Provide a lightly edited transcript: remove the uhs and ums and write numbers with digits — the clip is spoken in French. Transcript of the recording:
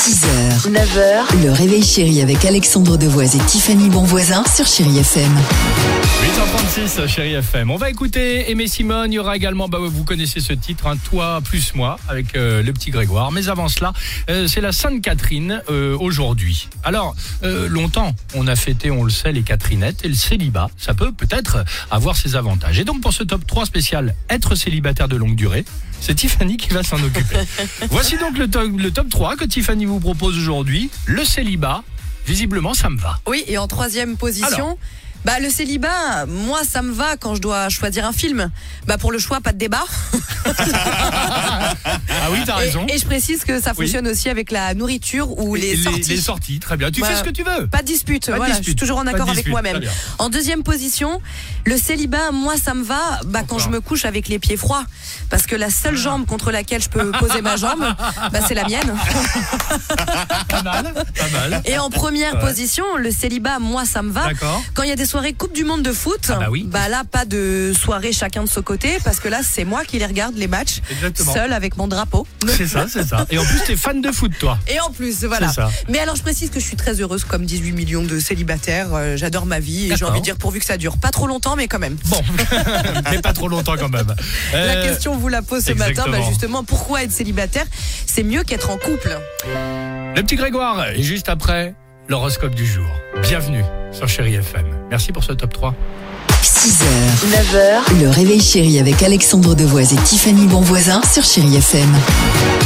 6h, 9h, le réveil chéri avec Alexandre Devoise et Tiffany Bonvoisin sur Chéri FM. 8h36, Chéri FM. On va écouter Aimé Simone. Il y aura également, vous connaissez ce titre, Toi plus moi, avec le petit Grégoire. Mais avant cela, c'est la Sainte-Catherine aujourd'hui. Alors, longtemps, on a fêté, on le sait, les Catherinettes et le célibat. Ça peut peut-être avoir ses avantages. Et donc, pour ce top 3 spécial, être célibataire de longue durée, c'est Tiffany qui va s'en occuper. Voici donc le top 3 que Tiffany vous propose aujourd'hui. Le célibat, visiblement, ça me va. Oui, et en troisième position... Alors, le célibat, moi, ça me va quand je dois choisir un film. Pour le choix, pas de débat. Ah oui, t'as raison. Et je précise que ça fonctionne aussi avec la nourriture ou les sorties. Les sorties, très bien. Tu fais ce que tu veux. Pas de dispute. Je suis toujours en accord avec moi-même. En deuxième position, le célibat, moi, ça me va quand je me couche avec les pieds froids. Parce que la seule jambe contre laquelle je peux poser ma jambe, c'est la mienne. Pas mal. Et en première position, le célibat, moi, ça me va. D'accord. Quand il y a des soirées Coupe du Monde de foot, là, pas de soirée chacun de son côté, parce que là, c'est moi qui les regarde, les matchs, seul avec mon drapeau. C'est ça. Et en plus, t'es fan de foot, toi. Et en plus, voilà. Mais alors, je précise que je suis très heureuse, comme 18 millions de célibataires. J'adore ma vie et j'ai envie de dire pourvu que ça dure. Pas trop longtemps, mais quand même. Bon, mais pas trop longtemps quand même. La question, on vous la pose ce matin. Justement, pourquoi être célibataire, c'est mieux qu'être en couple. Le petit Grégoire, et juste après, l'horoscope du jour. Bienvenue sur Chéri FM. Merci pour ce top 3. 6h, 9h, le réveil chéri avec Alexandre Devoise et Tiffany Bonvoisin sur Chéri FM.